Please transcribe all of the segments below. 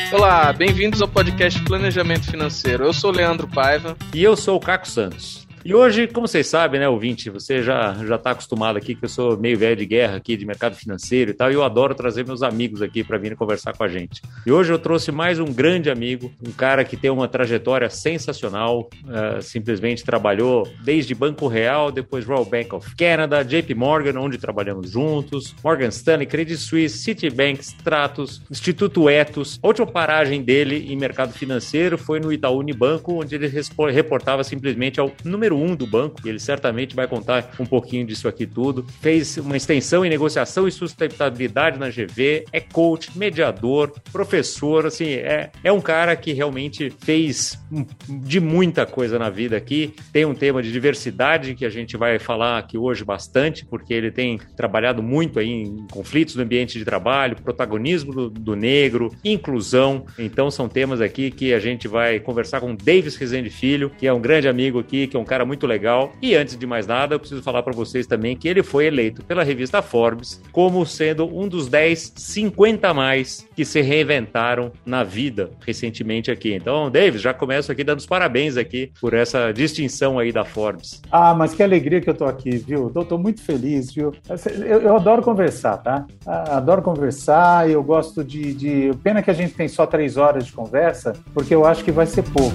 Olá, bem-vindos ao podcast Planejamento Financeiro. Eu sou o Leandro Paiva. E eu sou o Caco Santos. E hoje, como vocês sabem, né, ouvinte, você já está acostumado aqui que eu sou meio velho de guerra aqui, de mercado financeiro e tal, e eu adoro trazer meus amigos aqui para virem conversar com a gente. E hoje eu trouxe mais um grande amigo, um cara que tem uma trajetória sensacional, simplesmente trabalhou desde Banco Real, depois Royal Bank of Canada, JP Morgan, onde trabalhamos juntos, Morgan Stanley, Credit Suisse, Citibank, Stratos, Instituto Etos. A última paragem dele em mercado financeiro foi no Itaú Unibanco, onde ele reportava simplesmente ao número 1 do banco, e ele certamente vai contar um pouquinho disso aqui tudo. Fez uma extensão em negociação e sustentabilidade na GV, é coach, mediador, professor, assim, é um cara que realmente fez de muita coisa na vida aqui. Tem um tema de diversidade que a gente vai falar aqui hoje bastante, porque ele tem trabalhado muito aí em conflitos no ambiente de trabalho, protagonismo do negro, inclusão. Então são temas aqui que a gente vai conversar com Davis Rezende Filho, que é um grande amigo aqui, que é um cara muito legal. E antes de mais nada, eu preciso falar para vocês também que ele foi eleito pela revista Forbes como sendo um dos 10 50 a mais que se reinventaram na vida recentemente aqui. Então, Davis, já começo aqui dando os parabéns aqui por essa distinção aí da Forbes. Ah, mas que alegria que eu tô aqui, viu? Tô muito feliz, viu? Eu adoro conversar, tá? Adoro conversar e eu gosto de... Pena que a gente tem só 3 horas de conversa, porque eu acho que vai ser pouco.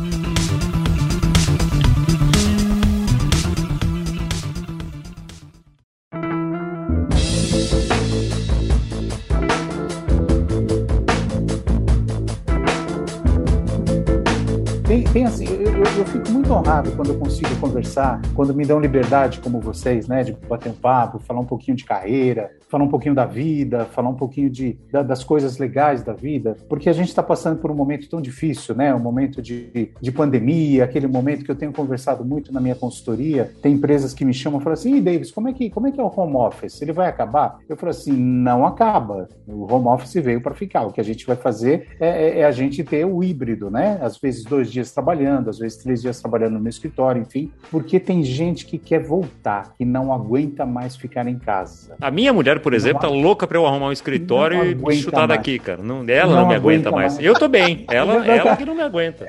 Tem assim, eu fico muito honrado quando eu consigo conversar, quando me dão liberdade como vocês, né, de bater um papo, falar um pouquinho de carreira, falar um pouquinho da vida, falar um pouquinho das coisas legais da vida, porque a gente está passando por um momento tão difícil, né, um momento de pandemia, aquele momento que eu tenho conversado muito na minha consultoria. Tem empresas que me chamam e falam assim: Davis, como é que é o home office? Ele vai acabar? Eu falo assim: não acaba. O home office veio para ficar. O que a gente vai fazer é a gente ter o híbrido, né, às vezes 2 dias trabalhando, às vezes 3 dias trabalhando no escritório, enfim, porque tem gente que quer voltar, que não aguenta mais ficar em casa. A minha mulher, por exemplo, tá louca pra eu arrumar um escritório e me chutar daqui, cara. Ela não me aguenta mais. Eu tô bem, ela que não me aguenta.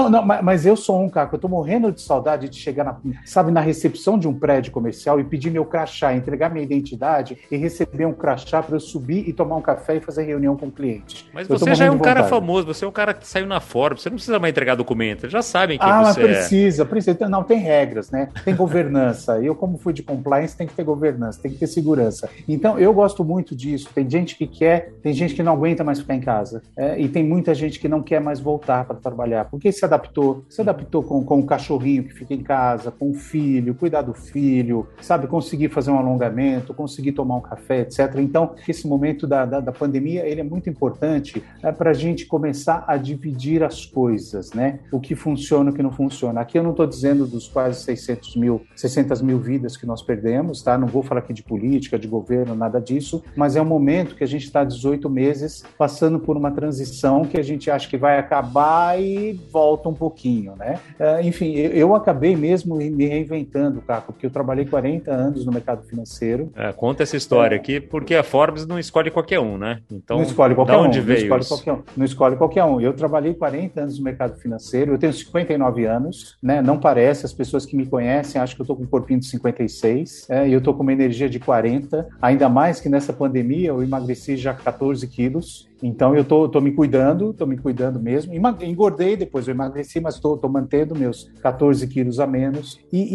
Mas eu sou cara, eu tô morrendo de saudade de chegar na recepção de um prédio comercial e pedir meu crachá, entregar minha identidade e receber um crachá para eu subir e tomar um café e fazer reunião com o cliente. Mas você já é um cara famoso, você é um cara que saiu na Forbes, você não precisa mais entregar documento, eles já sabem quem você precisa. Não, tem regras, né? Tem governança. Eu, como fui de compliance, tem que ter governança, tem que ter segurança. Então, eu gosto muito disso. Tem gente que quer, tem gente que não aguenta mais ficar em casa. E tem muita gente que não quer mais voltar para trabalhar, porque se adaptou com o cachorrinho que fica em casa, com o filho, cuidar do filho, sabe? Conseguir fazer um alongamento, conseguir tomar um café, etc. Então, esse momento da pandemia, ele é muito importante para a gente começar a dividir as coisas, né? O que funciona e o que não funciona. Aqui eu não estou dizendo dos quase 600 mil vidas que nós perdemos, tá? Não vou falar aqui de política, de governo, nada disso, mas é um momento que a gente está 18 meses passando por uma transição que a gente acha que vai acabar e volta um pouquinho, né? Enfim, eu acabei mesmo me reinventando, Caco, porque eu trabalhei 40 anos no mercado financeiro. Conta essa história aqui, porque a Forbes não escolhe qualquer um, né? Então, não escolhe qualquer um. Não escolhe qualquer um. Eu trabalhei 40 anos no mercado financeiro, eu tenho 59 anos, né? Não parece, as pessoas que me conhecem acham que eu estou com um corpinho de 56, e eu estou com uma energia de 40, ainda mais que nessa pandemia eu emagreci já 14 quilos. Então eu tô me cuidando mesmo. Engordei, depois eu emagreci, mas tô mantendo meus 14 quilos a menos.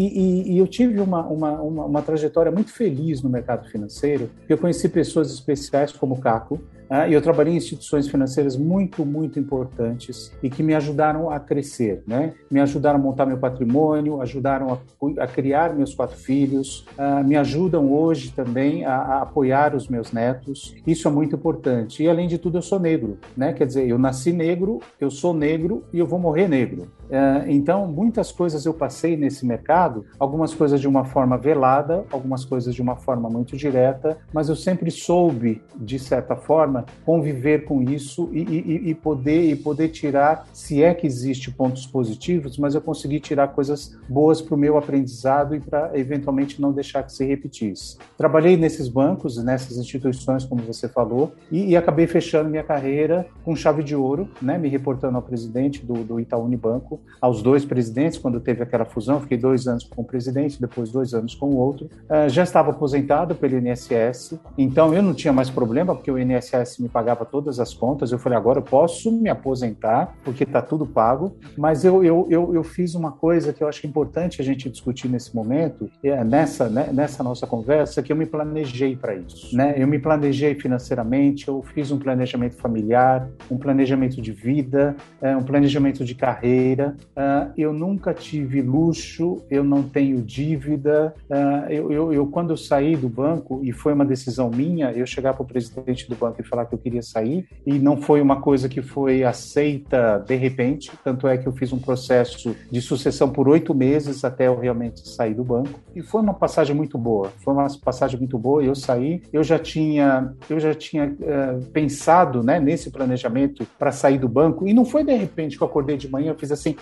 E eu tive uma trajetória muito feliz no mercado financeiro. Eu conheci pessoas especiais como o Caco, e eu trabalhei em instituições financeiras muito, muito importantes e que me ajudaram a crescer, né? Me ajudaram a montar meu patrimônio, ajudaram a criar meus 4 filhos, me ajudam hoje também a apoiar os meus netos. Isso é muito importante. E, além de tudo, eu sou negro, né? Quer dizer, eu nasci negro, eu sou negro e eu vou morrer negro. Então, muitas coisas eu passei nesse mercado, algumas coisas de uma forma velada, algumas coisas de uma forma muito direta, mas eu sempre soube, de certa forma, conviver com isso e poder tirar, se é que existe pontos positivos, mas eu consegui tirar coisas boas para o meu aprendizado e para, eventualmente, não deixar que se repetisse. Trabalhei nesses bancos, nessas instituições, como você falou, e acabei fechando minha carreira com chave de ouro, né, me reportando ao presidente do Itaú Unibanco, aos dois presidentes, quando teve aquela fusão, fiquei 2 anos com o presidente, depois 2 anos com o outro. Já estava aposentado pelo INSS, então eu não tinha mais problema, porque o INSS me pagava todas as contas. Eu falei, agora eu posso me aposentar, porque está tudo pago, mas eu fiz uma coisa que eu acho importante a gente discutir nesse momento, nessa nossa conversa, que eu me planejei para isso, né? Eu me planejei financeiramente, eu fiz um planejamento familiar, um planejamento de vida, um planejamento de carreira. Eu nunca tive luxo, eu não tenho dívida. Quando eu saí do banco, e foi uma decisão minha, eu chegar para o presidente do banco e falar que eu queria sair, e não foi uma coisa que foi aceita de repente, tanto é que eu fiz um processo de sucessão por 8 meses até eu realmente sair do banco, e foi uma passagem muito boa, eu saí, eu já tinha pensado, né, nesse planejamento para sair do banco, e não foi de repente que eu acordei de manhã e fiz assim,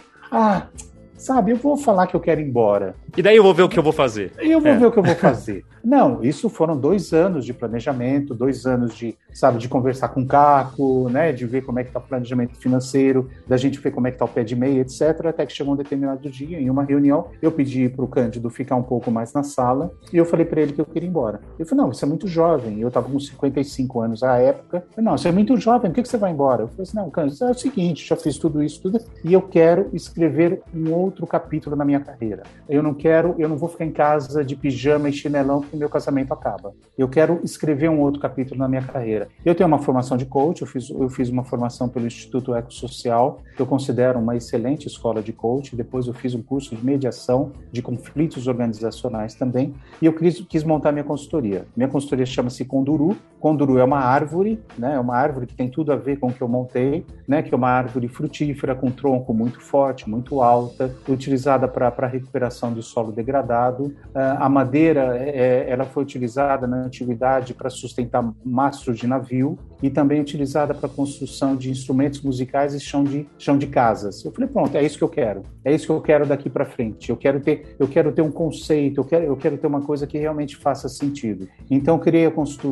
sabe, eu vou falar que eu quero ir embora. E daí eu vou ver o que eu vou fazer. Ver o que eu vou fazer. Não, isso foram 2 anos de planejamento, 2 anos de conversar com o Caco, né, de ver como é que está o planejamento financeiro, da gente ver como é que está o pé de meia, etc., até que chegou um determinado dia, em uma reunião, eu pedi para o Cândido ficar um pouco mais na sala, e eu falei para ele que eu queria ir embora. Ele falou, não, você é muito jovem, eu estava com 55 anos à época, eu falei, não, você é muito jovem, por que você vai embora? Eu falei assim, não, Cândido, é o seguinte, já fiz tudo isso, e eu quero escrever um outro capítulo na minha carreira. Eu não vou ficar em casa de pijama e chinelão porque meu casamento acaba. Eu quero escrever um outro capítulo na minha carreira. Eu tenho uma formação de coach, eu fiz uma formação pelo Instituto Ecossocial, que eu considero uma excelente escola de coach. Depois eu fiz um curso de mediação de conflitos organizacionais também, e eu quis montar minha consultoria. Minha consultoria chama-se Conduru. Conduru é uma árvore, né? É uma árvore que tem tudo a ver com o que eu montei, né? Que é uma árvore frutífera com tronco muito forte, muito alta, utilizada para recuperação do solo degradado. A madeira, ela foi utilizada na antiguidade para sustentar mastros de navio e também utilizada para construção de instrumentos musicais e chão de casas. Eu falei, pronto, é isso que eu quero. É isso que eu quero daqui para frente. Eu quero ter um conceito, eu quero ter uma coisa que realmente faça sentido. Então, eu criei a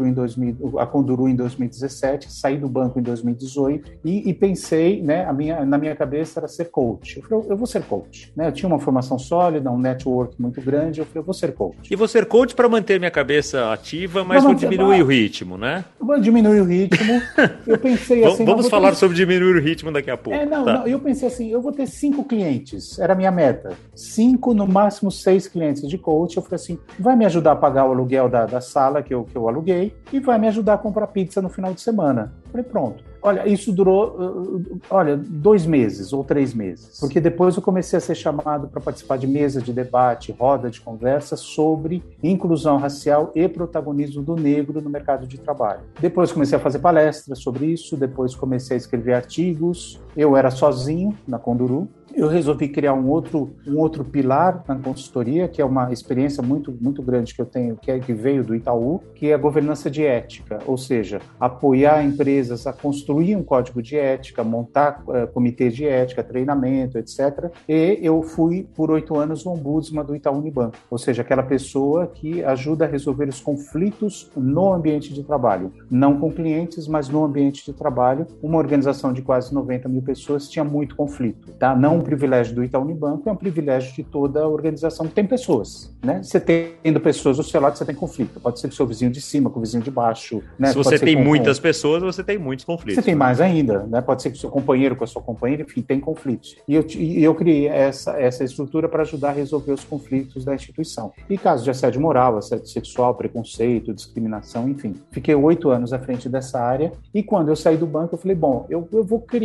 Conduru em 2017, saí do banco em 2018 e pensei, né, na minha cabeça era ser coach. Eu falei, eu vou ser coach. Né? Eu tinha uma formação sólida, um network muito grande, eu falei, eu vou ser coach. E vou ser coach para manter minha cabeça ativa, mas vou diminuir o ritmo, né? Vou diminuir o ritmo. Eu pensei assim... Vamos falar sobre diminuir o ritmo daqui a pouco. Não, eu pensei assim, eu vou ter 5 clientes, era a minha meta. 5, no máximo 6 clientes de coach. Eu falei assim, vai me ajudar a pagar o aluguel da sala que eu aluguei e vai me ajudar a comprar pizza no final de semana. Eu falei, pronto. Olha, isso durou, 2 meses ou 3 meses, porque depois eu comecei a ser chamado para participar de mesa de debate, roda de conversa sobre inclusão racial e protagonismo do negro no mercado de trabalho. Depois comecei a fazer palestras sobre isso, depois comecei a escrever artigos. Eu era sozinho na Conduru. Eu resolvi criar um outro pilar na consultoria, que é uma experiência muito, muito grande que eu tenho, que veio do Itaú, que é a governança de ética, ou seja, apoiar empresas a construir um código de ética, montar comitês de ética, treinamento, etc. E eu fui, por 8 anos, o ombudsman do Itaú Unibanco, ou seja, aquela pessoa que ajuda a resolver os conflitos no ambiente de trabalho, não com clientes, mas no ambiente de trabalho. Uma organização de quase 90 mil pessoas tinha muito conflito, tá? Não um privilégio do Itaú Unibanco, é um privilégio de toda a organização que tem pessoas, né? Você tendo pessoas do seu lado, você tem conflito. Pode ser com o seu vizinho de cima, com o vizinho de baixo. Né? Se você tem muitas pessoas, você tem muitos conflitos. Você tem mais ainda, né? Pode ser com o seu companheiro, com a sua companheira, enfim, tem conflitos. E eu criei essa estrutura para ajudar a resolver os conflitos da instituição. E casos de assédio moral, assédio sexual, preconceito, discriminação, enfim. Fiquei 8 anos à frente dessa área e quando eu saí do banco, eu falei, bom, eu vou criar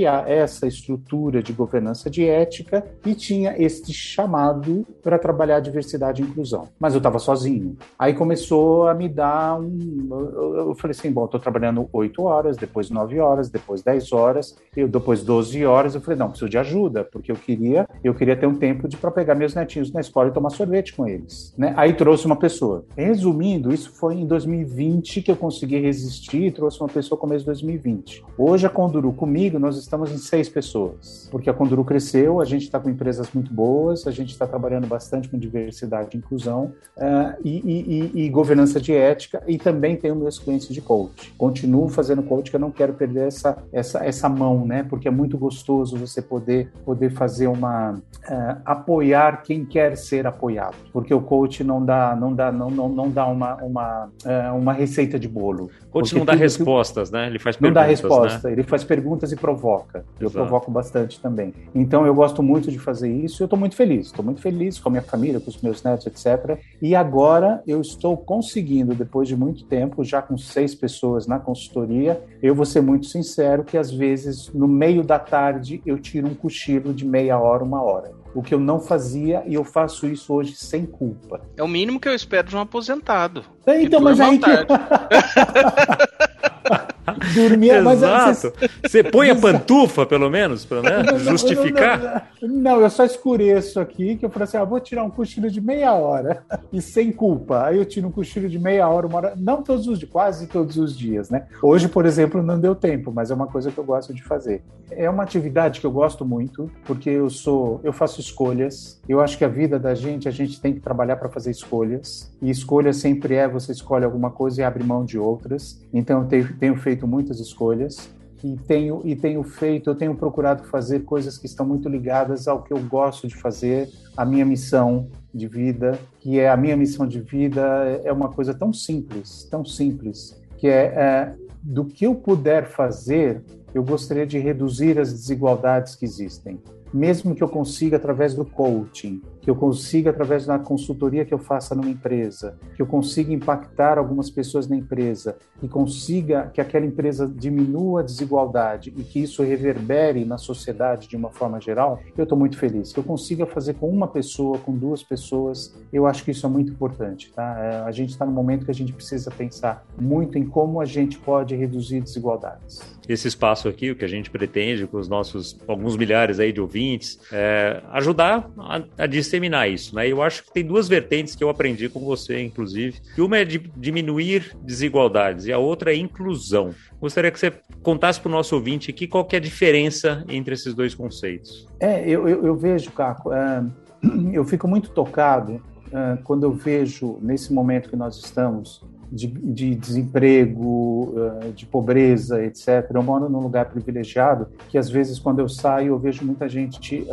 essa estrutura de governança de ética e tinha este chamado para trabalhar diversidade e inclusão. Mas eu estava sozinho. Aí começou a me dar eu falei assim, bom, estou trabalhando 8 horas, depois 9 horas, depois 10 horas, depois 12 horas. Eu falei, não, preciso de ajuda, porque eu queria ter um tempo para pegar meus netinhos na escola e tomar sorvete com eles, né? Aí trouxe uma pessoa. Resumindo, isso foi em 2020 que eu consegui resistir e trouxe uma pessoa no começo de 2020. Hoje a Conduru, comigo, nós estamos em 6 pessoas, porque a Conduru cresceu, a gente está com empresas muito boas, a gente está trabalhando bastante com diversidade e inclusão e governança de ética, e também tenho meus clientes de coach. Continuo fazendo coach, que eu não quero perder essa mão, né? Porque é muito gostoso você poder fazer apoiar quem quer ser apoiado, porque o coach não dá uma receita de bolo. O coach não dá respostas, né? Ele faz perguntas. Não dá resposta, né? Ele faz perguntas e provoca. Eu Exato. provoco bastante também. Então eu gosto muito de fazer isso e eu estou muito feliz com a minha família, com os meus netos, etc. E agora eu estou conseguindo, depois de muito tempo, já com 6 pessoas na consultoria, eu vou ser muito sincero que às vezes no meio da tarde eu tiro um cochilo de meia hora, 1 hora. O que eu não fazia, e eu faço isso hoje sem culpa. É o mínimo que eu espero de um aposentado. Então, mas aí que... Dormia, exato. Você põe a pantufa, pelo menos, para justificar? Não, eu só escureço aqui, que eu falei assim, vou tirar um cochilo de meia hora, e sem culpa. Aí eu tiro um cochilo de meia hora, 1 hora, não todos os dias, quase todos os dias, né? Hoje, por exemplo, não deu tempo, mas é uma coisa que eu gosto de fazer. É uma atividade que eu gosto muito, porque eu faço escolhas. Eu acho que a vida da gente, a gente tem que trabalhar para fazer escolhas, e escolha sempre você escolhe alguma coisa e abre mão de outras. Então eu tenho feito muitas escolhas e eu tenho procurado fazer coisas que estão muito ligadas ao que eu gosto de fazer, a minha missão de vida, é uma coisa tão simples, que do que eu puder fazer, eu gostaria de reduzir as desigualdades que existem. Mesmo que eu consiga através do coaching, que eu consiga através da consultoria que eu faça numa empresa, que eu consiga impactar algumas pessoas na empresa, que aquela empresa diminua a desigualdade e que isso reverbere na sociedade de uma forma geral, eu estou muito feliz. Que eu consiga fazer com 1 pessoa, com 2 pessoas, eu acho que isso é muito importante, tá? A gente está num momento que a gente precisa pensar muito em como a gente pode reduzir desigualdades. Esse espaço aqui, o que a gente pretende com os nossos alguns milhares aí de ouvintes, é ajudar a disseminar isso, né? Eu acho que tem 2 vertentes que eu aprendi com você, inclusive. Uma é de diminuir desigualdades e a outra é inclusão. Gostaria que você contasse para o nosso ouvinte aqui qual que é a diferença entre esses 2 conceitos. Eu vejo, Caco, eu fico muito tocado quando eu vejo, nesse momento que nós estamos, de desemprego, de pobreza, etc. Eu moro num lugar privilegiado que, às vezes, quando eu saio, eu vejo muita gente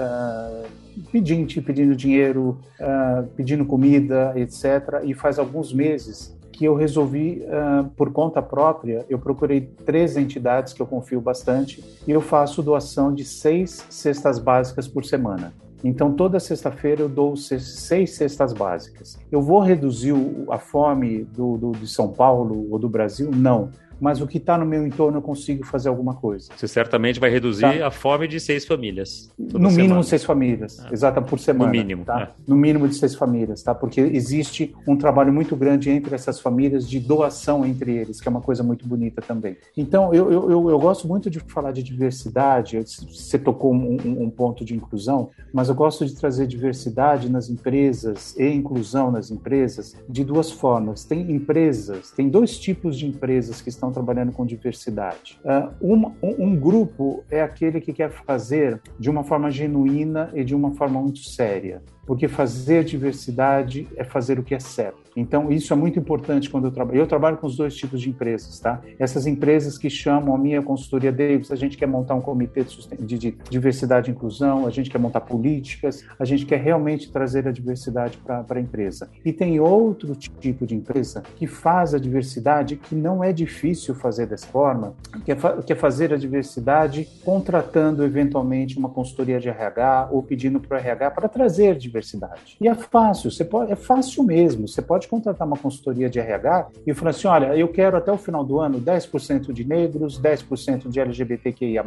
pedindo dinheiro, pedindo comida, etc. E faz alguns meses que eu resolvi, por conta própria, eu procurei 3 entidades que eu confio bastante e eu faço doação de 6 cestas básicas por semana. Então, toda sexta-feira eu dou 6 cestas básicas. Eu vou reduzir a fome de São Paulo ou do Brasil? Não. Mas o que está no meu entorno eu consigo fazer alguma coisa. Você certamente vai reduzir a fome de 6 famílias. No mínimo 6 famílias, exato, por semana. No mínimo. Tá? No mínimo de 6 famílias, tá? Porque existe um trabalho muito grande entre essas famílias de doação entre eles, que é uma coisa muito bonita também. Então, eu gosto muito de falar de diversidade. Você tocou um ponto de inclusão, mas eu gosto de trazer diversidade nas empresas e inclusão nas empresas de 2 formas. Tem 2 tipos de empresas que estão trabalhando com diversidade. Um grupo é aquele que quer fazer de uma forma genuína e de uma forma muito séria, porque fazer diversidade é fazer o que é certo. Então, isso é muito importante quando eu trabalho. Eu trabalho com os 2 tipos de empresas, tá? Essas empresas que chamam a minha consultoria, Davis, a gente quer montar um comitê de diversidade e inclusão, a gente quer montar políticas, a gente quer realmente trazer a diversidade para a empresa. E tem outro tipo de empresa que faz a diversidade, que não é difícil fazer dessa forma, que é fazer a diversidade contratando, eventualmente, uma consultoria de RH ou pedindo para o RH para trazer diversidade diversidade. E é fácil, é fácil mesmo. Você pode contratar uma consultoria de RH e falar assim, olha, eu quero até o final do ano 10% de negros, 10% de LGBTQIA+,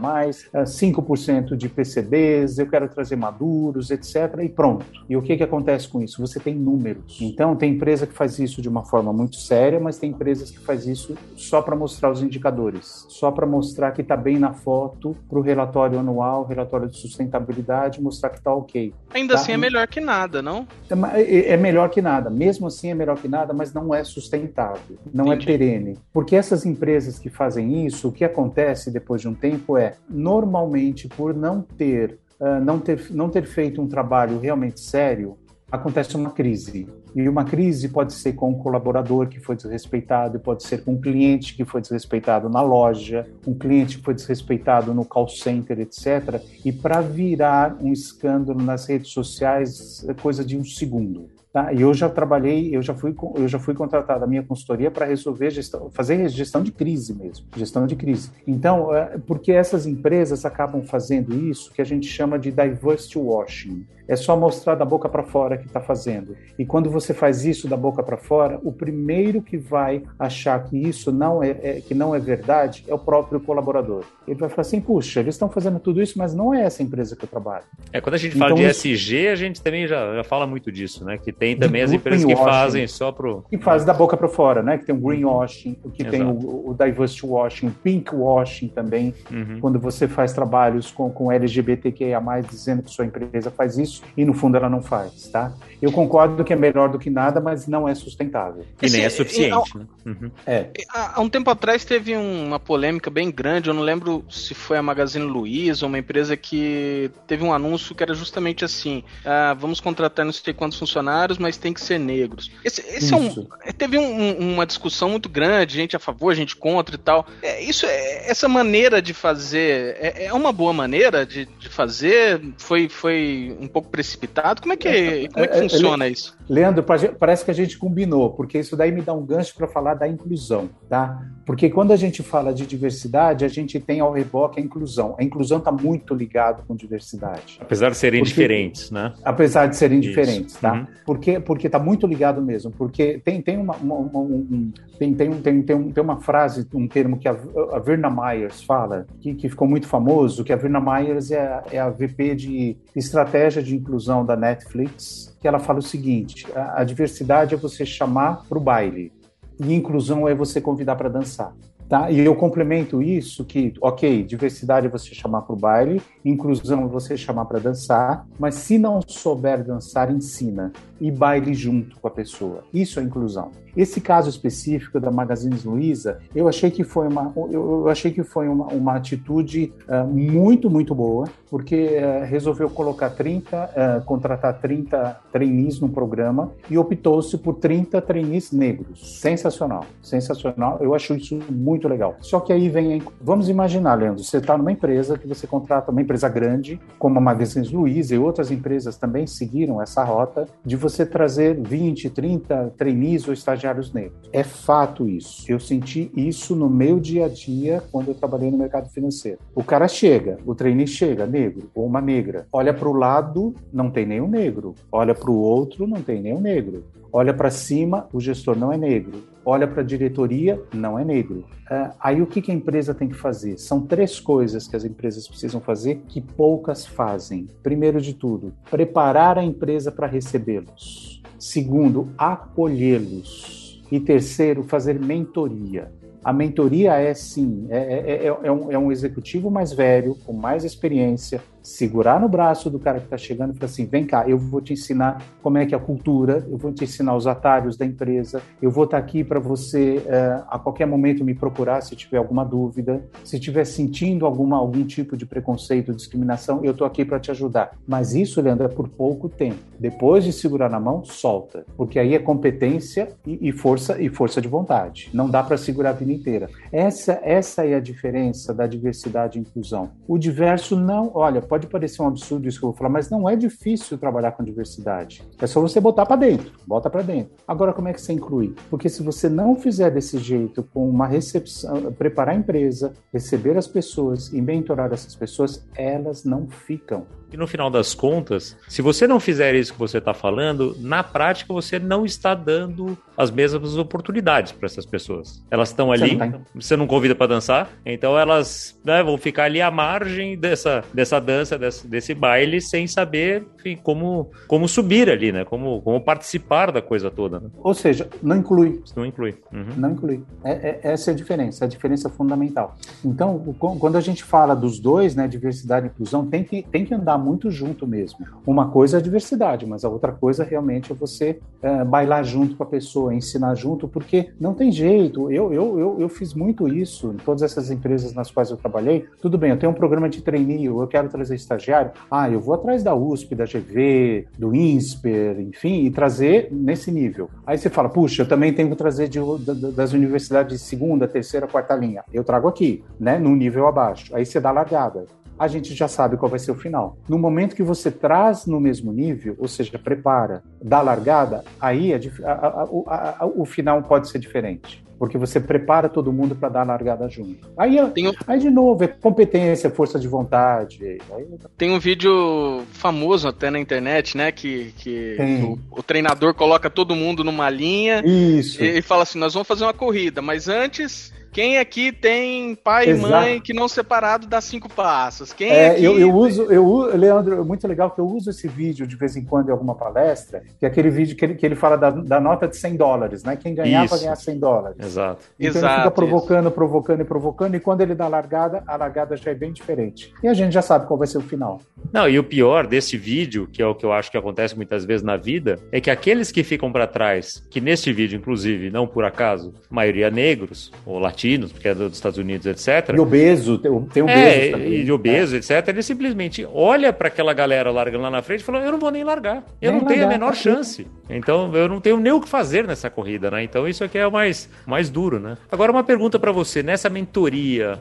5% de PCDs, eu quero trazer maduros, etc. E pronto. E o que acontece com isso? Você tem números. Então, tem empresa que faz isso de uma forma muito séria, mas tem empresas que faz isso só para mostrar os indicadores, só para mostrar que está bem na foto para o relatório anual, relatório de sustentabilidade, mostrar que está ok. Ainda assim é melhor que nada, não? É melhor que nada. Mesmo assim é melhor que nada, mas não é sustentável, não é perene. Porque essas empresas que fazem isso, o que acontece depois de um tempo é, normalmente, por não ter feito um trabalho realmente sério, acontece uma crise. E uma crise pode ser com um colaborador que foi desrespeitado, pode ser com um cliente que foi desrespeitado na loja, um cliente que foi desrespeitado no call center, etc. E para virar um escândalo nas redes sociais, é coisa de um segundo. Tá? E eu já fui contratado a minha consultoria para fazer gestão de crise mesmo, gestão de crise. Então, porque essas empresas acabam fazendo isso que a gente chama de diversity washing. É só mostrar da boca para fora que está fazendo. E quando você faz isso da boca para fora, o primeiro que vai achar que isso não é verdade é o próprio colaborador. Ele vai falar assim, puxa, eles estão fazendo tudo isso, mas não é essa empresa que eu trabalho. Quando a gente fala de ESG, a gente também já fala muito disso, né? Que tem também as empresas que fazem só pro... Que fazem da boca para fora, né? Que tem o greenwashing, que tem o diversity washing, o pink washing também, quando você faz trabalhos com LGBTQIA+, dizendo que sua empresa faz isso, e no fundo ela não faz, tá? Eu concordo que é melhor do que nada, mas não é sustentável. E nem é suficiente, né? Há um tempo atrás teve uma polêmica bem grande, eu não lembro se foi a Magazine Luiza ou uma empresa que teve um anúncio que era justamente assim, vamos contratar não sei quantos funcionários, mas tem que ser negros. Teve uma discussão muito grande, gente a favor, gente contra e tal. Essa maneira de fazer é uma boa maneira de fazer? Foi um pouco precipitado? Como é que funciona isso? Leandro, parece que a gente combinou, porque isso daí me dá um gancho para falar da inclusão, tá? Porque quando a gente fala de diversidade, a gente tem ao reboque a inclusão. A inclusão está muito ligada com diversidade. Apesar de serem diferentes, né? Apesar de serem diferentes, tá? Porque está muito ligado mesmo. Porque tem uma frase, um termo que a Virna Myers fala, que ficou muito famoso, que a Virna Myers é a VP de estratégia de inclusão da Netflix, que ela fala o seguinte, a diversidade é você chamar para o baile e inclusão é você convidar para dançar. Tá? E eu complemento isso que, ok, diversidade é você chamar para o baile, inclusão é você chamar para dançar, mas se não souber dançar, ensina e baile junto com a pessoa. Isso é inclusão. Esse caso específico da Magazine Luiza, eu achei que foi uma atitude muito, muito boa, porque resolveu contratar 30 trainees no programa e optou-se por 30 trainees negros. Sensacional, sensacional. Eu acho isso muito legal. Só que aí vamos imaginar, Leandro, você está numa empresa que você contrata uma empresa grande, como a Magazine Luiza e outras empresas também seguiram essa rota de você trazer 20, 30 trainees ou estagiários negros. É fato isso. Eu senti isso no meu dia a dia quando eu trabalhei no mercado financeiro. O cara chega, o trainee chega, negro ou uma negra. Olha para o lado, não tem nenhum negro. Olha para o outro, não tem nenhum negro. Olha para cima, o gestor não é negro. Olha para a diretoria, não é negro. Aí o que a empresa tem que fazer? São 3 coisas que as empresas precisam fazer que poucas fazem. Primeiro de tudo, preparar a empresa para recebê-los. Segundo, acolhê-los. E terceiro, fazer mentoria. A mentoria é um executivo mais velho, com mais experiência, segurar no braço do cara que está chegando e falar assim, vem cá, eu vou te ensinar como é que é a cultura, eu vou te ensinar os atalhos da empresa, eu vou estar aqui para você, a qualquer momento, me procurar se tiver alguma dúvida, se estiver sentindo algum tipo de preconceito, discriminação, eu estou aqui para te ajudar. Mas isso, Leandro, é por pouco tempo. Depois de segurar na mão, solta, porque aí é competência e força de vontade. Não dá para segurar a vida inteira. Essa é a diferença da diversidade e inclusão. O diverso não, olha, pode parecer um absurdo isso que eu vou falar, mas não é difícil trabalhar com diversidade. É só você botar para dentro, bota para dentro. Agora, como é que você inclui? Porque se você não fizer desse jeito, com uma recepção, preparar a empresa, receber as pessoas e mentorar essas pessoas, elas não ficam. E no final das contas, se você não fizer isso que você está falando, na prática você não está dando as mesmas oportunidades para essas pessoas. Elas estão ali, você não convida para dançar, então elas, né, vão ficar ali à margem dessa dança, desse baile, sem saber, enfim, como subir ali, né? Como participar da coisa toda. Né? Ou seja, não inclui. Não inclui. Uhum. Não inclui. Essa é a diferença fundamental. Então, quando a gente fala dos dois, né, diversidade e inclusão, tem que andar muito junto mesmo. Uma coisa é a diversidade, mas a outra coisa realmente é você bailar junto com a pessoa, ensinar junto, porque não tem jeito. Eu fiz muito isso em todas essas empresas nas quais eu trabalhei. Tudo bem, eu tenho um programa de trainee, eu quero trazer estagiário. Eu vou atrás da USP, da GV, do INSPER, enfim, e trazer nesse nível. Aí você fala, puxa, eu também tenho que trazer das universidades de segunda, terceira, quarta linha. Eu trago aqui, né, num nível abaixo. Aí você dá largada. A gente já sabe qual vai ser o final. No momento que você traz no mesmo nível, ou seja, prepara, dá largada, aí o final pode ser diferente. Porque você prepara todo mundo para dar a largada junto. Aí de novo, é competência, força de vontade. Tem um vídeo famoso até na internet, né? Que o treinador coloca todo mundo numa linha. Isso. E fala assim, nós vamos fazer uma corrida, mas antes... Quem aqui tem pai e mãe que não separado dá 5 passos? Quem aqui... eu uso, Leandro, é muito legal que eu uso esse vídeo de vez em quando em alguma palestra, que é aquele vídeo que ele fala da nota de $100, né? Quem ganhar vai ganhar $100. Exato. Então ele fica provocando, e quando ele dá a largada já é bem diferente. E a gente já sabe qual vai ser o final. Não, e o pior desse vídeo, que é o que eu acho que acontece muitas vezes na vida, é que aqueles que ficam para trás, que neste vídeo, inclusive, não por acaso, maioria negros ou latinos, porque é dos Estados Unidos, etc. E obeso, tem obeso também. E obeso, etc. Ele simplesmente olha para aquela galera largando lá na frente e fala, eu não vou nem largar. Eu não tenho a menor chance. Então, eu não tenho nem o que fazer nessa corrida, né? Então, isso aqui é o mais duro, né? Agora, uma pergunta para você. Nessa mentoria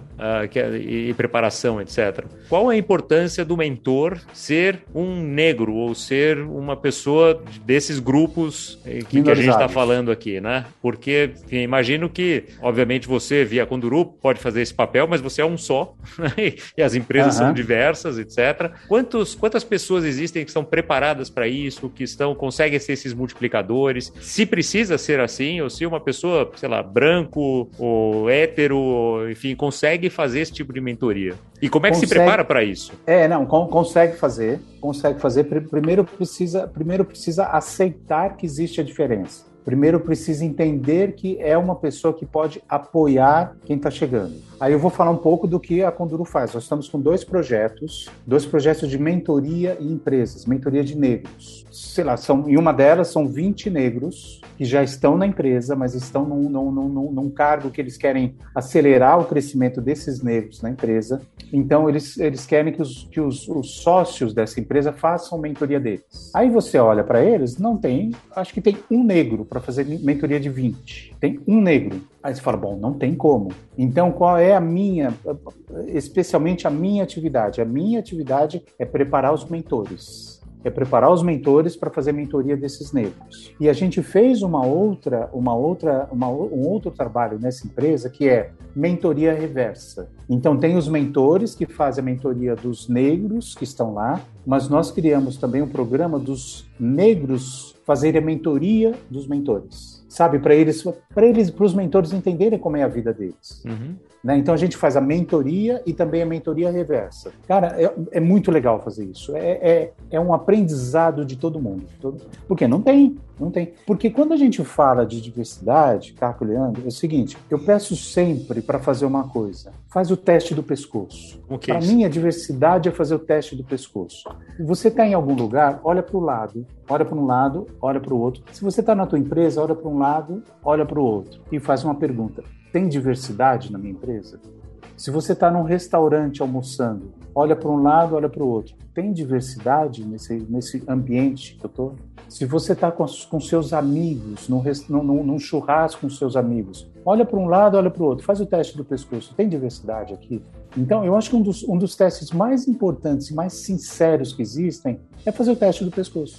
e preparação, etc. Qual a importância do mentor ser um negro ou ser uma pessoa desses grupos que a gente está falando aqui, né? Porque, enfim, imagino que, obviamente, você via Conduru pode fazer esse papel, mas você é um só, né? E as empresas são diversas, etc. Quantas pessoas existem que estão preparadas para isso, que conseguem ser esses multiplicadores? Se precisa ser assim, ou se uma pessoa, sei lá, branco ou hétero, enfim, consegue fazer esse tipo de mentoria? E como é que se prepara para isso? Consegue fazer. Primeiro precisa aceitar que existe a diferença. Primeiro precisa entender que é uma pessoa que pode apoiar quem está chegando. Aí eu vou falar um pouco do que a Conduru faz. Nós estamos com dois projetos de mentoria em empresas, mentoria de negros. Sei lá, em uma delas são 20 negros que já estão na empresa, mas estão num cargo que eles querem acelerar o crescimento desses negros na empresa. Então, eles querem que os sócios dessa empresa façam mentoria deles. Aí você olha para eles, acho que tem um negro para fazer mentoria de 20. Tem um negro. Aí você fala, bom, não tem como. Então, qual é especialmente a minha atividade? A minha atividade é preparar os mentores. Para fazer mentoria desses negros. E a gente fez um outro trabalho nessa empresa que é mentoria reversa. Então tem os mentores que fazem a mentoria dos negros que estão lá, mas nós criamos também um programa dos negros fazerem a mentoria dos mentores. Sabe, para os mentores entenderem como é a vida deles. Uhum. Né? Então a gente faz a mentoria e também a mentoria reversa. Cara, é muito legal fazer isso. É um aprendizado de todo mundo. Porque não tem. Porque quando a gente fala de diversidade, Caco e Leandro, é o seguinte, eu peço sempre para fazer uma coisa. Faz o teste do pescoço. Para mim, a diversidade é fazer o teste do pescoço. Você está em algum lugar, olha para o lado, olha para um lado, olha para o outro. Se você está na tua empresa, olha para um lado, olha para o outro e faz uma pergunta. Tem diversidade na minha empresa? Se você está num restaurante almoçando, olha para um lado, olha para o outro. Tem diversidade nesse ambiente que eu estou? Se você está com seus amigos, num churrasco com seus amigos, olha para um lado, olha para o outro. Faz o teste do pescoço. Tem diversidade aqui? Então, eu acho que um dos testes mais importantes e mais sinceros que existem é fazer o teste do pescoço.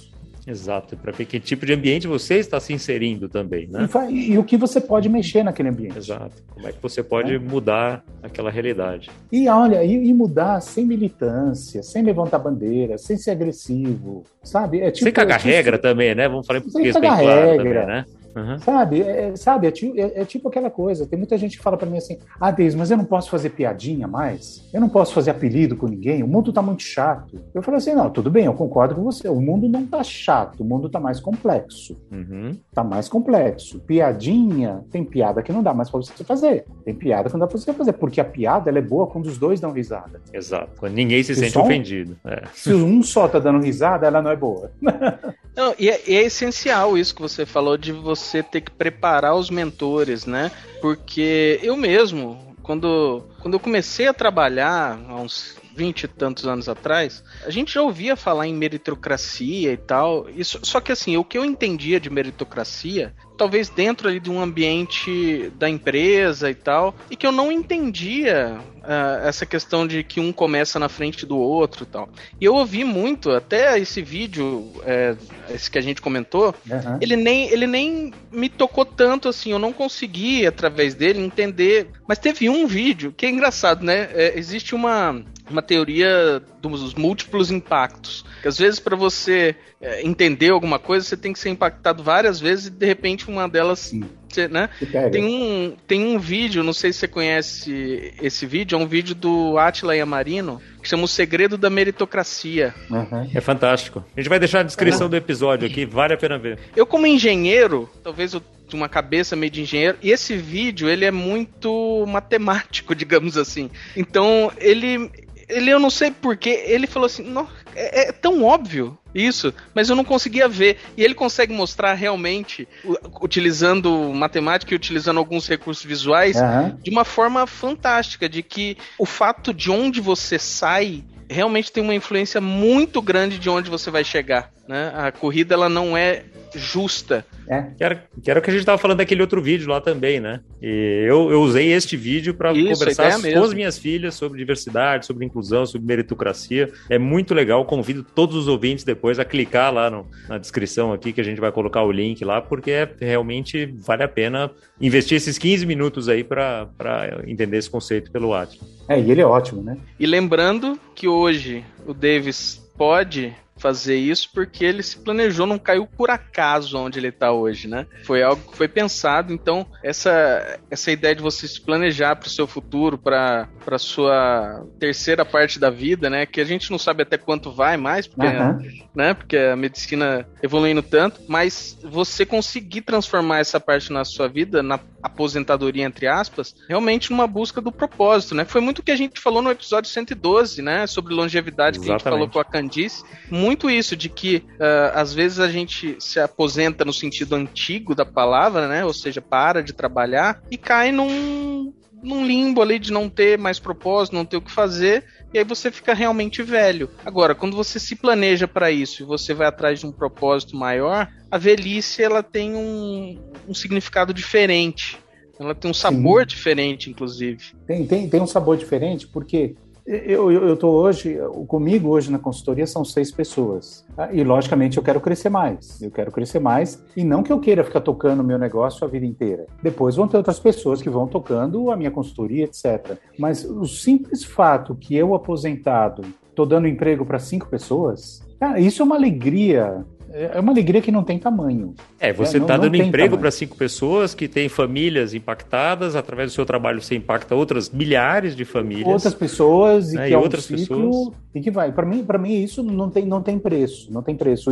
Exato, para ver que tipo de ambiente você está se inserindo também, né? E o que você pode mexer naquele ambiente. Exato, como é que você pode mudar aquela realidade. E olha, e mudar sem militância, sem levantar bandeira, sem ser agressivo, sabe? Sem cagar regra também, né? Vamos falar em português bem claro também, né? Uhum. Sabe, é tipo aquela coisa, tem muita gente que fala pra mim assim, Deis, mas eu não posso fazer piadinha mais? Eu não posso fazer apelido com ninguém? O mundo tá muito chato. Eu falo assim, não, tudo bem, eu concordo com você, o mundo não tá chato, o mundo tá mais complexo. Uhum. Tá mais complexo. Piadinha, tem piada que não dá mais pra você fazer. Tem piada que não dá pra você fazer, porque a piada, ela é boa quando os dois dão risada. Exato, quando ninguém se sente ofendido. Se um só tá dando risada, ela não é boa. Não, e é essencial isso que você falou de você ter que preparar os mentores, né? Porque eu mesmo, quando eu comecei a trabalhar há uns 20 e tantos anos atrás, a gente já ouvia falar em meritocracia e tal, só que assim, o que eu entendia de meritocracia, talvez dentro ali de um ambiente da empresa e tal, e que eu não entendia essa questão de que um começa na frente do outro e tal. E eu ouvi muito, até esse vídeo, esse que a gente comentou, ele nem me tocou tanto assim, eu não consegui, através dele, entender. Mas teve um vídeo que é engraçado, né? Existe uma teoria dos múltiplos impactos. Que às vezes, para você entender alguma coisa, você tem que ser impactado várias vezes e de repente uma delas... Né? Tem um vídeo, não sei se você conhece esse vídeo, é um vídeo do Átila Yamarino, que chama O Segredo da Meritocracia. É fantástico. A gente vai deixar a descrição do episódio aqui, vale a pena ver. Eu, como engenheiro, talvez eu de uma cabeça meio de engenheiro, e esse vídeo, ele é muito matemático, digamos assim. Então, ele eu não sei porquê, ele falou assim, não, é tão óbvio isso, mas eu não conseguia ver. E ele consegue mostrar realmente, utilizando matemática e utilizando alguns recursos visuais, de uma forma fantástica, de que o fato de onde você sai realmente tem uma influência muito grande de onde você vai chegar, né? A corrida, ela não é justa. Que era o que a gente estava falando daquele outro vídeo lá também, né? E eu usei este vídeo para conversar com as minhas filhas sobre diversidade, sobre inclusão, sobre meritocracia. É muito legal, convido todos os ouvintes depois a clicar lá na descrição aqui, que a gente vai colocar o link lá, porque realmente vale a pena investir esses 15 minutos aí para entender esse conceito pelo Átila. E ele é ótimo, né? E lembrando que hoje o Davis pode fazer isso porque ele se planejou, não caiu por acaso onde ele está hoje, né? Foi algo que foi pensado. Então essa ideia de você se planejar para o seu futuro, para a sua terceira parte da vida, né? Que a gente não sabe até quanto vai mais, porque, né? Porque a medicina evoluindo tanto, mas você conseguir transformar essa parte na sua vida, na aposentadoria, entre aspas, realmente numa busca do propósito, né? Foi muito o que a gente falou no episódio 112, né? Sobre longevidade. Exatamente. Que a gente falou com a Candice. Muito isso, de que às vezes a gente se aposenta no sentido antigo da palavra, né? Ou seja, para de trabalhar e cai num limbo ali de não ter mais propósito, não ter o que fazer, e aí você fica realmente velho. Agora, quando você se planeja para isso e você vai atrás de um propósito maior, a velhice, ela tem um significado diferente. Ela tem um sabor diferente, inclusive. Tem um sabor diferente, porque eu tô hoje, comigo hoje na consultoria são 6 pessoas. E logicamente eu quero crescer mais. E não que eu queira ficar tocando o meu negócio a vida inteira. Depois vão ter outras pessoas que vão tocando a minha consultoria, etc. Mas o simples fato que eu, aposentado, tô dando emprego para 5 pessoas, isso é uma alegria. É uma alegria que não tem tamanho. Você está dando emprego para 5 pessoas que têm famílias impactadas, através do seu trabalho você impacta outras milhares de famílias. Outras pessoas, e que é outras ciclo, pessoas. E que vai. Para mim isso não tem preço. Não tem preço.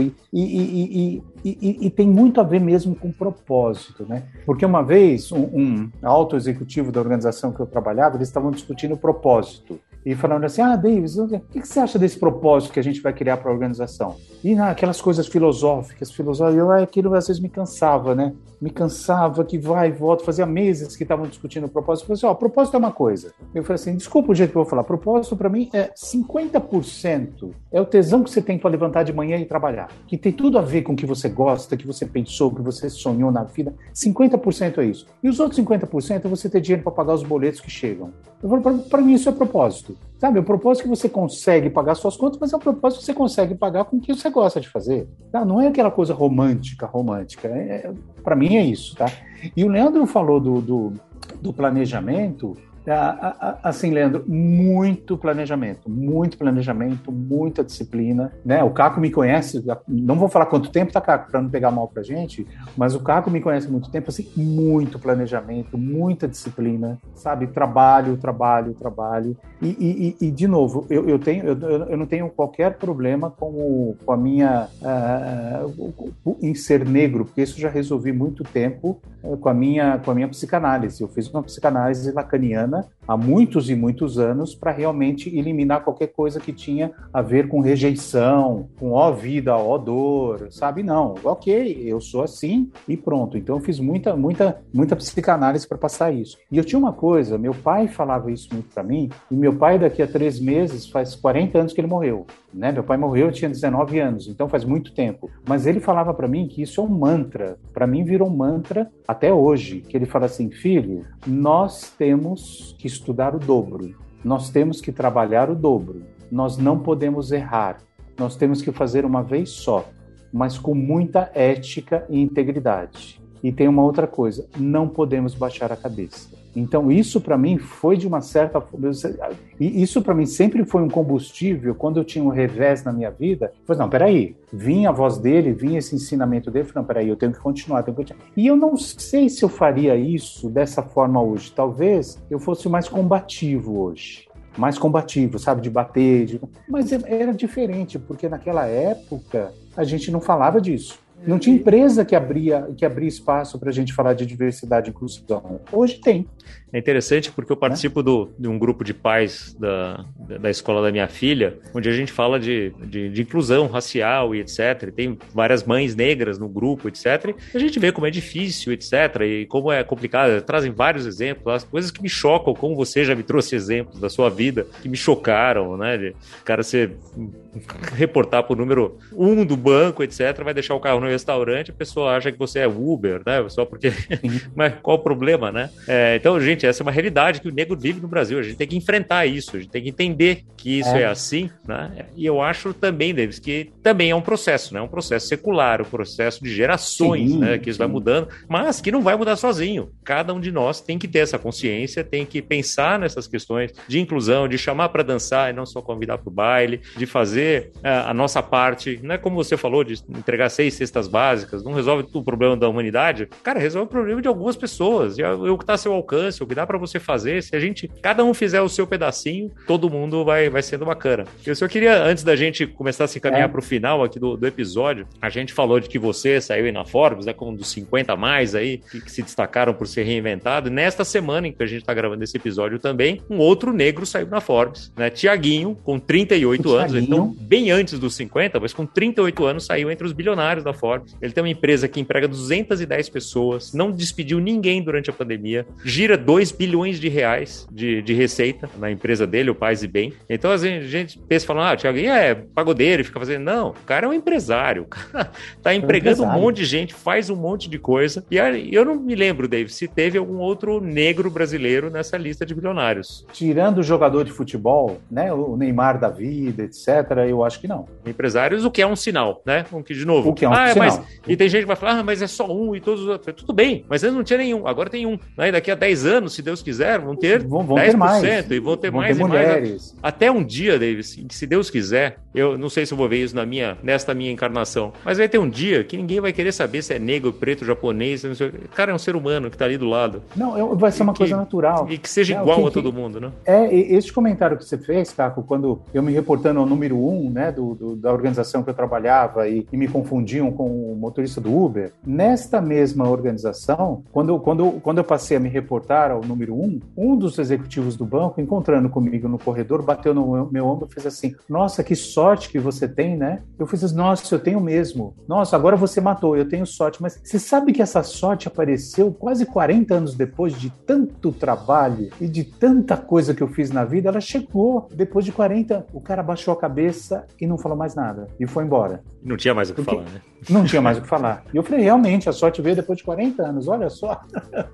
E tem muito a ver mesmo com propósito, né? Porque uma vez, um alto executivo da organização que eu trabalhava, eles estavam discutindo o propósito. E falando assim, Davis, o que você acha desse propósito que a gente vai criar para a organização? E aquelas coisas filosóficas, aquilo às vezes me cansava, né? Me cansava que vai e volta, fazia meses que estavam discutindo o propósito. Eu falei assim, propósito é uma coisa. Eu falei assim, desculpa o jeito que eu vou falar, propósito para mim é 50%, é o tesão que você tem para levantar de manhã e trabalhar, que tem tudo a ver com o que você gosta, que você pensou, que você sonhou na vida, 50% é isso. E os outros 50% é você ter dinheiro para pagar os boletos que chegam. Eu falo, para mim isso é propósito. propósito. Sabe, o propósito que você consegue pagar suas contas, mas é um propósito que você consegue pagar com o que você gosta de fazer. Tá? Não é aquela coisa romântica. Para mim é isso, tá? E o Leandro falou do planejamento. Assim, Leandro, muito planejamento, muita disciplina, né? O Caco me conhece, não vou falar quanto tempo, tá, Caco, para não pegar mal pra gente, mas o Caco me conhece há muito tempo, assim, muito planejamento, muita disciplina, sabe? Trabalho. E de novo, eu não tenho qualquer problema com a minha em ser negro, porque isso já resolvi muito tempo com a minha psicanálise. Eu fiz uma psicanálise lacaniana há muitos e muitos anos para realmente eliminar qualquer coisa que tinha a ver com rejeição, com ó vida, ó dor, sabe? Não, ok, eu sou assim e pronto. Então eu fiz muita psicanálise para passar isso. E eu tinha uma coisa, meu pai falava isso muito para mim, e meu pai daqui a 3 meses faz 40 anos que ele morreu, né? Meu pai morreu, eu tinha 19 anos, então faz muito tempo. Mas ele falava para mim que isso é um mantra, para mim virou um mantra até hoje, que ele fala assim, filho, nós temos que estudar o dobro, nós temos que trabalhar o dobro, nós não podemos errar, nós temos que fazer uma vez só, mas com muita ética e integridade. E tem uma outra coisa, não podemos baixar a cabeça. Então isso para mim foi de uma certa... E isso para mim sempre foi um combustível, quando eu tinha um revés na minha vida, eu falei, não, peraí, vinha a voz dele, vinha esse ensinamento dele, eu falei, não, peraí, eu tenho que continuar. E eu não sei se eu faria isso dessa forma hoje, talvez eu fosse mais combativo hoje. Mais combativo, sabe, de bater, mas era diferente, porque naquela época a gente não falava disso. Não tinha empresa que abria espaço para a gente falar de diversidade e inclusão. Hoje tem. É interessante porque eu participo de um grupo de pais da escola da minha filha, onde a gente fala de inclusão racial e etc. E tem várias mães negras no grupo, etc. E a gente vê como é difícil, etc. E como é complicado. Trazem vários exemplos, as coisas que me chocam, como você já me trouxe exemplos da sua vida, que me chocaram, né? De cara ser... reportar por número 1 do banco, etc., vai deixar o carro no restaurante, a pessoa acha que você é Uber, né? Só porque... Mas qual o problema, né? Então, gente, essa é uma realidade que o negro vive no Brasil. A gente tem que enfrentar isso, a gente tem que entender que isso é assim, né? E eu acho também, Davis, que também é um processo, né? Um processo secular, um processo de gerações, né? Que isso vai mudando, mas que não vai mudar sozinho. Cada um de nós tem que ter essa consciência, tem que pensar nessas questões de inclusão, de chamar para dançar e não só convidar para o baile, de fazer a nossa parte, não é como você falou, de entregar 6 cestas básicas, não resolve o problema da humanidade, cara, resolve o problema de algumas pessoas, o que está a seu alcance, o que dá para você fazer, se a gente, cada um fizer o seu pedacinho, todo mundo vai sendo bacana. Eu só queria, antes da gente começar a se encaminhar para o final aqui do episódio, a gente falou de que você saiu aí na Forbes, né, como um dos 50 a mais aí, que se destacaram por ser reinventado, e nesta semana em que a gente está gravando esse episódio também, um outro negro saiu na Forbes, né, Tiaguinho, com 38 anos, então bem antes dos 50, mas com 38 anos saiu entre os bilionários da Forbes. Ele tem uma empresa que emprega 210 pessoas, não despediu ninguém durante a pandemia, gira 2 bilhões de reais de receita na empresa dele, o Paz e Bem. Então a gente pensa, falando, o Thiaguinho é pagodeiro, fica fazendo... Não, o cara é um empresário, o cara tá empregando um monte de gente, faz um monte de coisa. E eu não me lembro, Dave, se teve algum outro negro brasileiro nessa lista de bilionários. Tirando o jogador de futebol, né, o Neymar da vida, etc., eu acho que não. Empresários, o que é um sinal, né? O que, de novo... O que é um sinal. E tem gente que vai falar, mas é só um e todos os outros. Tudo bem, mas antes não tinha nenhum, agora tem um. Né? Daqui a 10 anos, se Deus quiser, vão ter 10% ter mais. E vão ter vão mais ter e mulheres. Mais. Até um dia, Davis, se Deus quiser, eu não sei se eu vou ver isso nesta minha encarnação, mas vai ter um dia que ninguém vai querer saber se é negro, preto, japonês, não sei, o cara é um ser humano que tá ali do lado. Não, vai ser uma coisa natural. E que seja igual a todo mundo, né? Este comentário que você fez, Caco, quando eu me reportando ao número 1, né, da organização que eu trabalhava e me confundiam com o motorista do Uber, nesta mesma organização, quando eu passei a me reportar ao número 1, um dos executivos do banco, encontrando comigo no corredor, bateu no meu ombro e fez assim, nossa, que sorte que você tem, né? Eu fiz assim, nossa, eu tenho mesmo. Nossa, agora você matou, eu tenho sorte. Mas você sabe que essa sorte apareceu quase 40 anos depois de tanto trabalho e de tanta coisa que eu fiz na vida, ela chegou depois de 40, o cara baixou a cabeça e não falou mais nada, e foi embora. Não tinha mais o que falar, né? Não tinha mais o que falar. E eu falei, realmente, a sorte veio depois de 40 anos, olha só.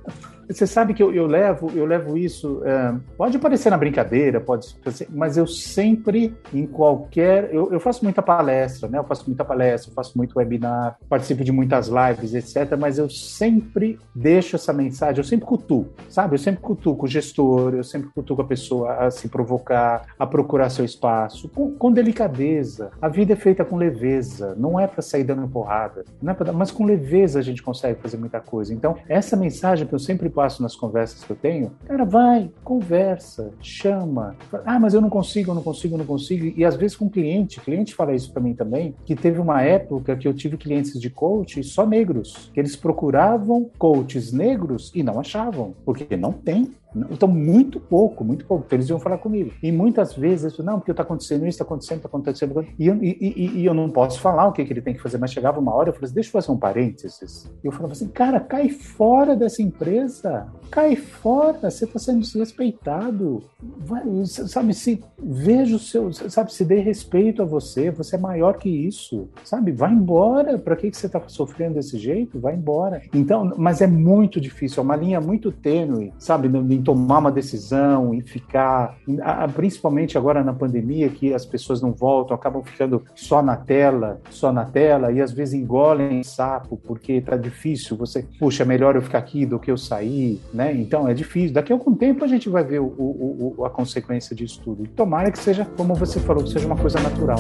você sabe que eu levo isso, pode parecer na brincadeira, pode parecer, mas eu sempre, em qualquer... Eu faço muita palestra, né? Eu faço muito webinar, participo de muitas lives, etc., mas eu sempre deixo essa mensagem, eu sempre cutuco, sabe? Eu sempre cutuco o gestor, eu sempre cutuco a pessoa a se provocar, a procurar seu espaço, com delicadeza. A vida é feita com leveza, não é para sair dando porrada, não é pra, mas com leveza a gente consegue fazer muita coisa. Então, essa mensagem que eu sempre passo nas conversas que eu tenho, cara, vai, conversa, chama. Mas eu não consigo. E às vezes com cliente fala isso para mim também, que teve uma época que eu tive clientes de coach só negros, que eles procuravam coaches negros e não achavam, porque não tem. Então, muito pouco. Então, eles iam falar comigo. E muitas vezes, eles falavam, não, porque está acontecendo isso, está acontecendo. E eu não posso falar o que ele tem que fazer, mas chegava uma hora, eu falei assim, deixa eu fazer um parênteses. E eu falava assim, cara, cai fora dessa empresa. Cai fora, você está sendo desrespeitado. Vai, sabe, veja o seu, sabe, se dê respeito a você é maior que isso. Sabe, vai embora. Para que você está sofrendo desse jeito? Vai embora. Então, mas é muito difícil, é uma linha muito tênue, sabe, em tomar uma decisão, em ficar, principalmente agora na pandemia, que as pessoas não voltam, acabam ficando só na tela, e às vezes engolem sapo, porque tá difícil, puxa, é melhor eu ficar aqui do que eu sair, né? Então é difícil. Daqui a algum tempo a gente vai ver a consequência disso tudo. Tomara que seja, como você falou, que seja uma coisa natural.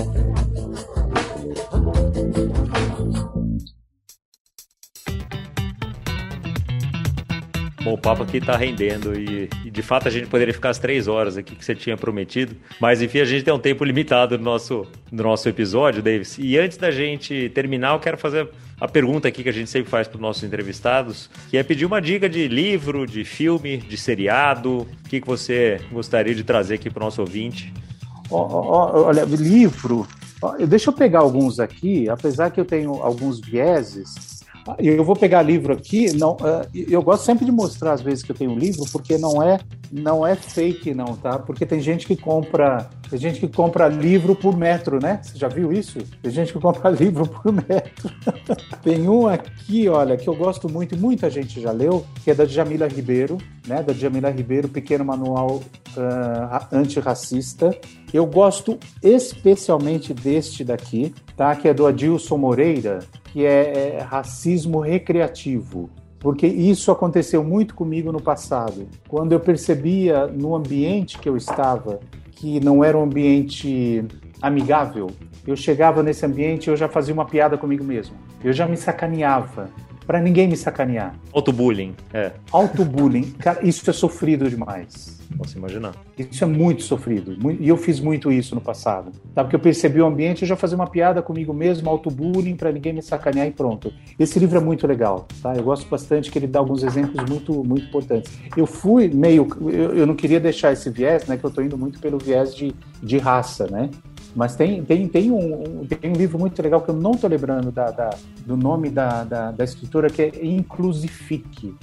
Bom, o papo aqui tá rendendo e de fato a gente poderia ficar as 3 horas aqui que você tinha prometido, mas enfim, a gente tem um tempo limitado no nosso episódio, Davis. E antes da gente terminar, eu quero fazer a pergunta aqui que a gente sempre faz para os nossos entrevistados, que é pedir uma dica de livro, de filme, de seriado, o que você gostaria de trazer aqui para o nosso ouvinte? Olha, livro, deixa eu pegar alguns aqui, apesar que eu tenho alguns vieses. Eu vou pegar livro aqui, eu gosto sempre de mostrar às vezes que eu tenho um livro, porque não é fake não, tá? Porque tem gente que compra livro por metro, né? Você já viu isso? Tem gente que compra livro por metro. Tem um aqui, olha, que eu gosto muito e muita gente já leu, que é da Djamila Ribeiro, né? Da Djamila Ribeiro, Pequeno Manual Antirracista. Eu gosto especialmente deste daqui, tá? Que é do Adilson Moreira, que é racismo recreativo, porque isso aconteceu muito comigo no passado. Quando eu percebia no ambiente que eu estava que não era um ambiente amigável, eu chegava nesse ambiente e eu já fazia uma piada comigo mesmo. Eu já me sacaneava, para ninguém me sacanear. Autobullying, Autobullying, cara, isso é sofrido demais. Posso imaginar. Isso é muito sofrido. E eu fiz muito isso no passado. Tá? Porque eu percebi o ambiente, eu já fazia uma piada comigo mesmo, autobullying, para ninguém me sacanear e pronto. Esse livro é muito legal. Tá? Eu gosto bastante que ele dá alguns exemplos muito, muito importantes. Eu fui meio... Eu não queria deixar esse viés, né? Que eu estou indo muito pelo viés de raça, né? Mas tem um livro muito legal que eu não estou lembrando do nome da escritora, que é Inclusifique,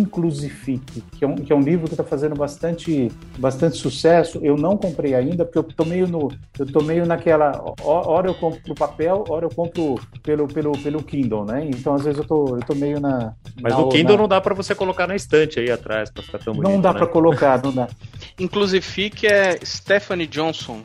que é um livro que está fazendo bastante sucesso. Eu não comprei ainda, porque eu tô meio naquela, hora eu compro pro papel, hora eu compro pelo Kindle, né? Então, às vezes eu tô meio na... Mas no Kindle não dá para você colocar na estante aí atrás, para ficar tão bonito, não dá, né? Para colocar, não dá. Inclusifique é Stephanie Johnson.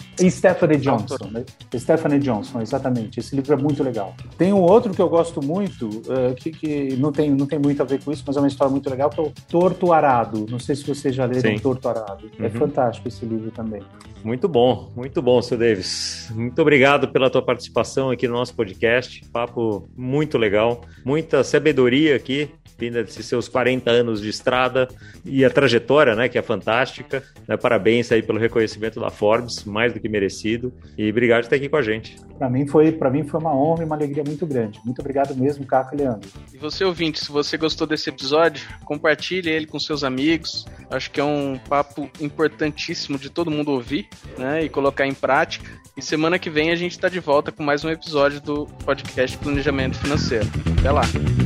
Stephanie Johnson, exatamente. Esse livro é muito legal. Tem um outro que eu gosto muito, que não tem muito a ver com isso, mas é uma história muito legal, que é o Torto Arado. Não sei se você já leu o Torto Arado. Uhum. É fantástico esse livro também. Muito bom, Sr. Davis. Muito obrigado pela tua participação aqui no nosso podcast. Papo muito legal, muita sabedoria aqui, vinda desses seus 40 anos de estrada e a trajetória, né, que é fantástica. Parabéns aí pelo reconhecimento da Forbes, mais do que merecido. E obrigado por estar aqui com a gente. Para mim foi uma honra e uma alegria muito grande. Muito obrigado mesmo, Caco e Leandro. E você, ouvinte, se você gostou desse episódio, compartilhe ele com seus amigos. Acho que é um papo importantíssimo de todo mundo ouvir, né, e colocar em prática. E semana que vem a gente está de volta com mais um episódio do podcast Planejamento Financeiro. Até lá!